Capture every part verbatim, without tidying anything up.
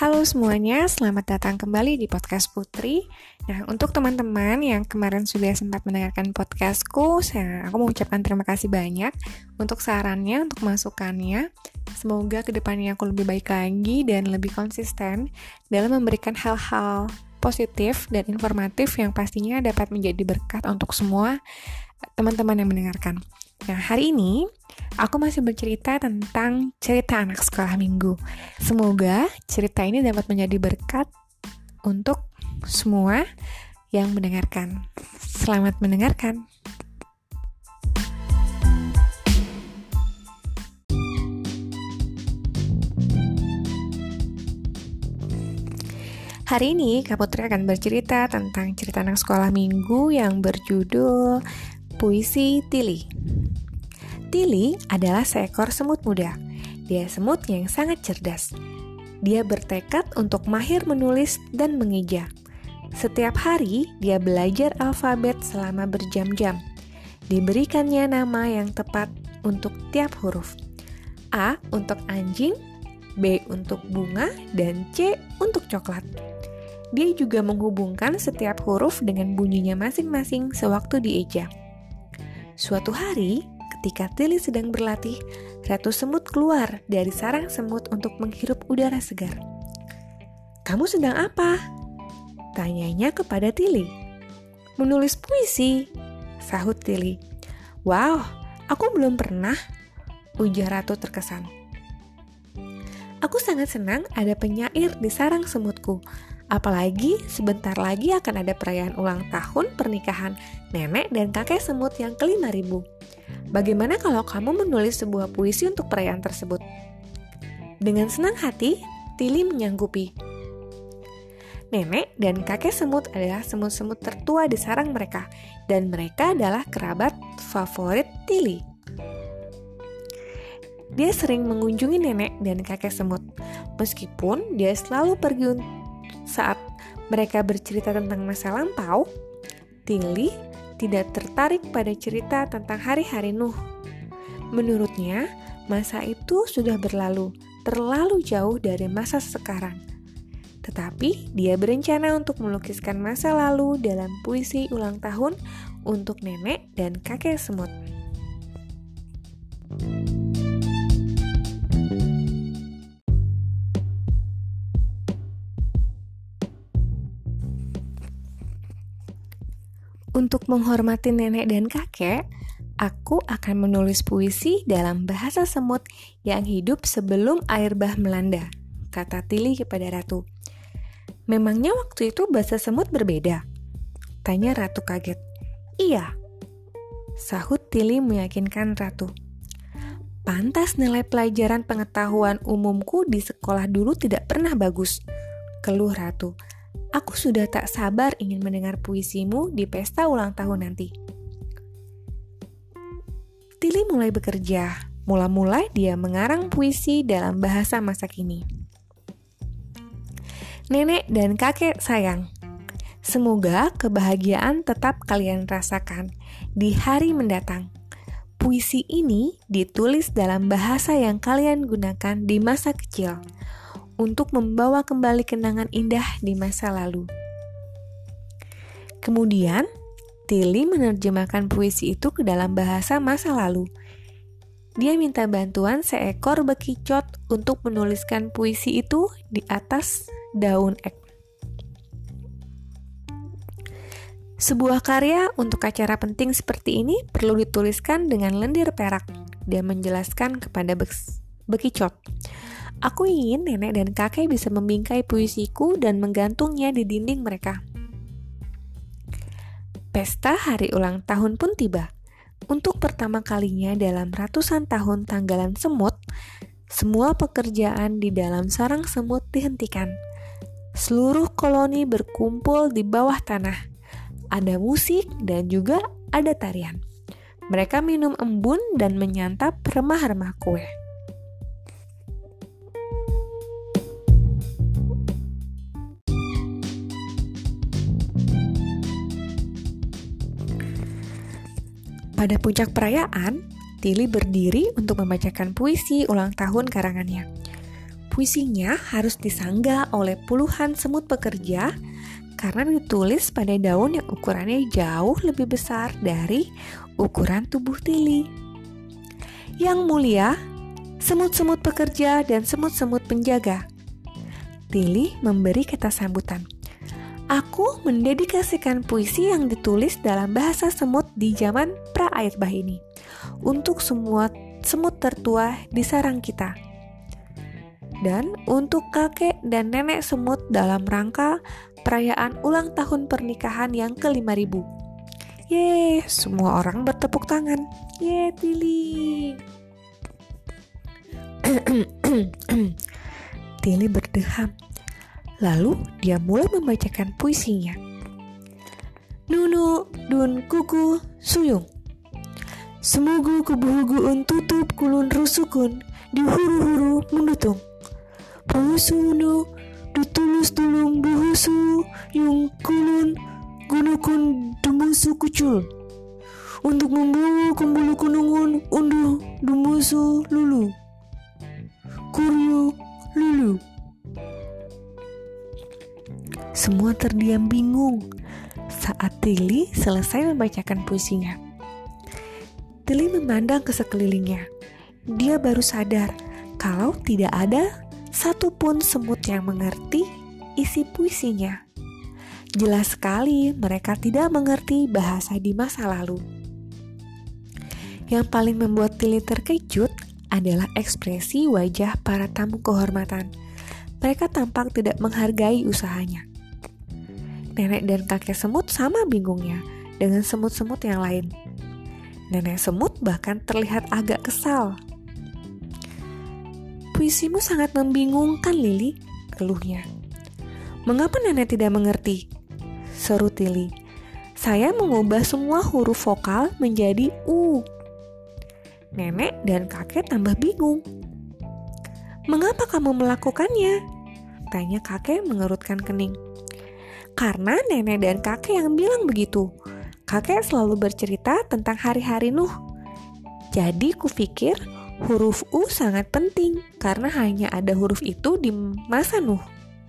Halo semuanya, selamat datang kembali di podcast Putri. Nah, untuk teman-teman yang kemarin sudah sempat mendengarkan podcastku, saya, aku mau ucapkan terima kasih banyak untuk sarannya, untuk masukannya. Semoga kedepannya aku lebih baik lagi dan lebih konsisten dalam memberikan hal-hal positif dan informatif yang pastinya dapat menjadi berkat untuk semua teman-teman yang mendengarkan. Nah, hari ini aku masih bercerita tentang cerita anak sekolah minggu. Semoga cerita ini dapat menjadi berkat untuk semua yang mendengarkan. Selamat mendengarkan. Hari ini Kak Putri akan bercerita tentang cerita anak sekolah minggu yang berjudul Puisi Tili. Tili adalah seekor semut muda. Dia semut yang sangat cerdas. Dia bertekad untuk mahir menulis dan mengeja. Setiap hari, dia belajar alfabet selama berjam-jam. Diberikannya nama yang tepat untuk tiap huruf. A untuk anjing, B untuk bunga, dan C untuk coklat. Dia juga menghubungkan setiap huruf dengan bunyinya masing-masing sewaktu dieja. Suatu hari, ketika Tili sedang berlatih, Ratu Semut keluar dari sarang semut untuk menghirup udara segar. "Kamu sedang apa?" tanyanya kepada Tili. "Menulis puisi," sahut Tili. "Wow, aku belum pernah," ujar Ratu terkesan. "Aku sangat senang ada penyair di sarang semutku. Apalagi sebentar lagi akan ada perayaan ulang tahun pernikahan nenek dan kakek semut yang kelima ribu. Bagaimana kalau kamu menulis sebuah puisi untuk perayaan tersebut?" Dengan senang hati, Tili menyanggupi. Nenek dan kakek semut adalah semut-semut tertua di sarang mereka, dan mereka adalah kerabat favorit Tili. Dia sering mengunjungi nenek dan kakek semut, meskipun dia selalu pergi saat mereka bercerita tentang masa lampau. Tili tidak tertarik pada cerita tentang hari-hari Nuh. Menurutnya, masa itu sudah berlalu, terlalu jauh dari masa sekarang. Tetapi dia berencana untuk melukiskan masa lalu dalam puisi ulang tahun untuk nenek dan kakek semut. Untuk menghormati nenek dan kakek, aku akan menulis puisi dalam bahasa semut yang hidup sebelum air bah melanda, kata Tili kepada Ratu. "Memangnya waktu itu bahasa semut berbeda?" tanya Ratu kaget. "Iya," sahut Tili meyakinkan Ratu. "Pantas nilai pelajaran pengetahuan umumku di sekolah dulu tidak pernah bagus," keluh Ratu. "Aku sudah tak sabar ingin mendengar puisimu di pesta ulang tahun nanti." Tili mulai bekerja. Mula-mula dia mengarang puisi dalam bahasa masa kini. "Nenek dan kakek sayang, semoga kebahagiaan tetap kalian rasakan di hari mendatang. Puisi ini ditulis dalam bahasa yang kalian gunakan di masa kecil, untuk membawa kembali kenangan indah di masa lalu." Kemudian, Tili menerjemahkan puisi itu ke dalam bahasa masa lalu. Dia minta bantuan seekor bekicot untuk menuliskan puisi itu di atas daun ek. "Sebuah karya untuk acara penting seperti ini perlu dituliskan dengan lendir perak," dia menjelaskan kepada be- bekicot. "Aku ingin nenek dan kakek bisa membingkai puisiku dan menggantungnya di dinding mereka." Pesta hari ulang tahun pun tiba. Untuk pertama kalinya dalam ratusan tahun tanggalan semut, semua pekerjaan di dalam sarang semut dihentikan. Seluruh koloni berkumpul di bawah tanah. Ada musik dan juga ada tarian. Mereka minum embun dan menyantap remah-remah kue. Pada puncak perayaan, Tili berdiri untuk membacakan puisi ulang tahun karangannya. Puisinya harus disanggah oleh puluhan semut pekerja karena ditulis pada daun yang ukurannya jauh lebih besar dari ukuran tubuh Tili. Yang mulia, semut-semut pekerja dan semut-semut penjaga. Tili memberi kata sambutan. Aku mendedikasikan puisi yang ditulis dalam bahasa semut di zaman pra-air bah ini untuk semua semut tertua di sarang kita. Dan untuk kakek dan nenek semut dalam rangka perayaan ulang tahun pernikahan yang ke lima ribu. Yeay, semua orang bertepuk tangan. Yeay, Tili. Tili berdeham. Lalu dia mulai membacakan puisinya. Nunu dun kuku suyung. Semugu kubuhuguun tutup kulun rusukun di huru-huru mendutung. Puhusunu ditulus tulung buhusu yung kulun gunukun dumusu kucul. Untuk membawa kembulu kunungun unduh dumusu lulu. Kuryu lulu. Semua terdiam bingung saat Tili selesai membacakan puisinya. Tili memandang ke sekelilingnya. Dia baru sadar kalau tidak ada satupun semut yang mengerti isi puisinya. Jelas sekali mereka tidak mengerti bahasa di masa lalu. Yang paling membuat Tili terkejut adalah ekspresi wajah para tamu kehormatan. Mereka tampak tidak menghargai usahanya. Nenek dan kakek semut sama bingungnya dengan semut-semut yang lain. Nenek semut bahkan terlihat agak kesal. Puisimu sangat membingungkan, Lili, keluhnya. Mengapa nenek tidak mengerti? Seru Tili. Saya mengubah semua huruf vokal menjadi U. Nenek dan kakek tambah bingung. Mengapa kamu melakukannya? Tanya kakek mengerutkan kening. Karena nenek dan kakek yang bilang begitu. Kakek selalu bercerita tentang hari-hari Nuh. Jadi kupikir huruf U sangat penting karena hanya ada huruf itu di masa Nuh.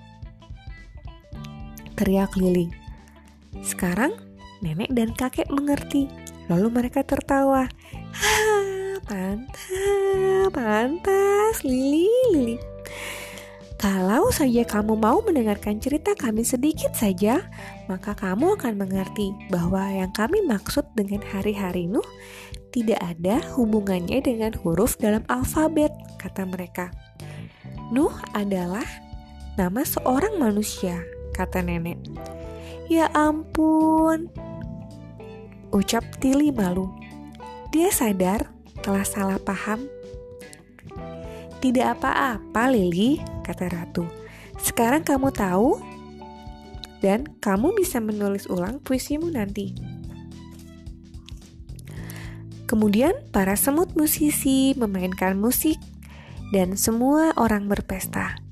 Teriak Lili. Sekarang nenek dan kakek mengerti. Lalu mereka tertawa. Hah, pantas, pantas, Lili, Lili. Kalau saja kamu mau mendengarkan cerita kami sedikit saja, maka kamu akan mengerti bahwa yang kami maksud dengan hari-hari Nuh tidak ada hubungannya dengan huruf dalam alfabet, kata mereka. Nuh adalah nama seorang manusia, kata nenek. Ya ampun, ucap Tili malu. Dia sadar telah salah paham. Tidak apa-apa, Lili, kata Ratu. Sekarang kamu tahu dan kamu bisa menulis ulang puisimu nanti. Kemudian para semut musisi memainkan musik dan semua orang berpesta.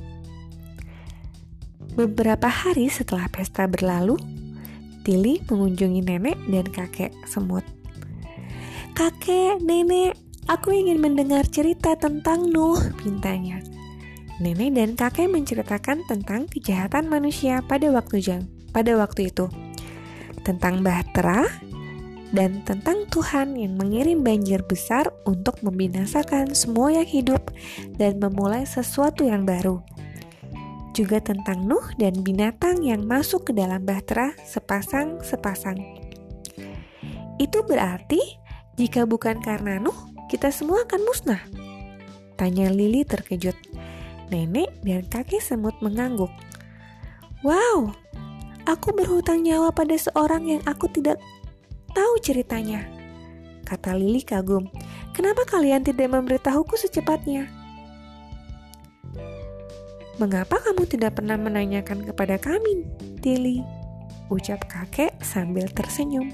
Beberapa hari setelah pesta berlalu, Tili mengunjungi nenek dan kakek semut. Kakek, nenek, aku ingin mendengar cerita tentang Nuh, pintanya. Nenek dan kakek menceritakan tentang kejahatan manusia pada waktu jam, pada waktu itu, tentang Bahtera, dan tentang Tuhan yang mengirim banjir besar untuk membinasakan semua yang hidup dan memulai sesuatu yang baru. Juga tentang Nuh dan binatang yang masuk ke dalam Bahtera sepasang-sepasang. Itu berarti jika bukan karena Nuh, kita semua akan musnah? Tanya Lili terkejut. Nenek dan kakek semut mengangguk. Wow, aku berhutang nyawa pada seorang yang aku tidak tahu ceritanya, kata Lili kagum. Kenapa kalian tidak memberitahuku secepatnya? Mengapa kamu tidak pernah menanyakan kepada kami, Tili? Ucap kakek sambil tersenyum.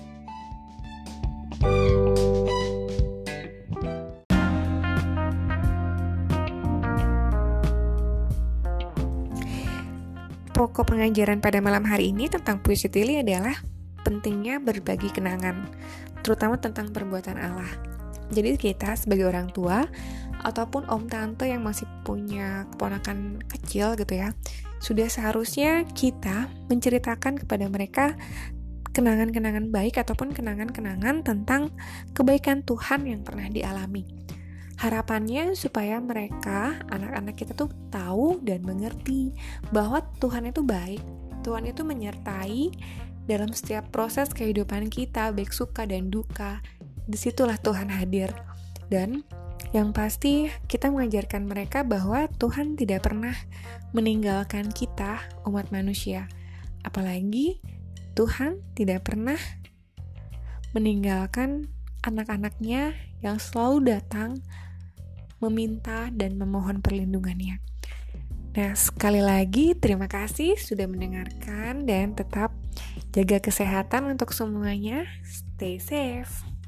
Pokok pengajaran pada malam hari ini tentang puisi Tili adalah pentingnya berbagi kenangan, terutama tentang perbuatan Allah. Jadi kita sebagai orang tua ataupun om tante yang masih punya keponakan kecil gitu ya, sudah seharusnya kita menceritakan kepada mereka kenangan-kenangan baik ataupun kenangan-kenangan tentang kebaikan Tuhan yang pernah dialami. Harapannya supaya mereka, anak-anak kita tuh tahu dan mengerti bahwa Tuhan itu baik, Tuhan itu menyertai dalam setiap proses kehidupan kita, baik suka dan duka. Disitulah Tuhan hadir. Dan yang pasti kita mengajarkan mereka bahwa Tuhan tidak pernah meninggalkan kita, umat manusia. Apalagi Tuhan tidak pernah meninggalkan anak-anaknya yang selalu datang meminta dan memohon perlindungannya. Nah, sekali lagi terima kasih sudah mendengarkan dan tetap jaga kesehatan untuk semuanya. Stay safe.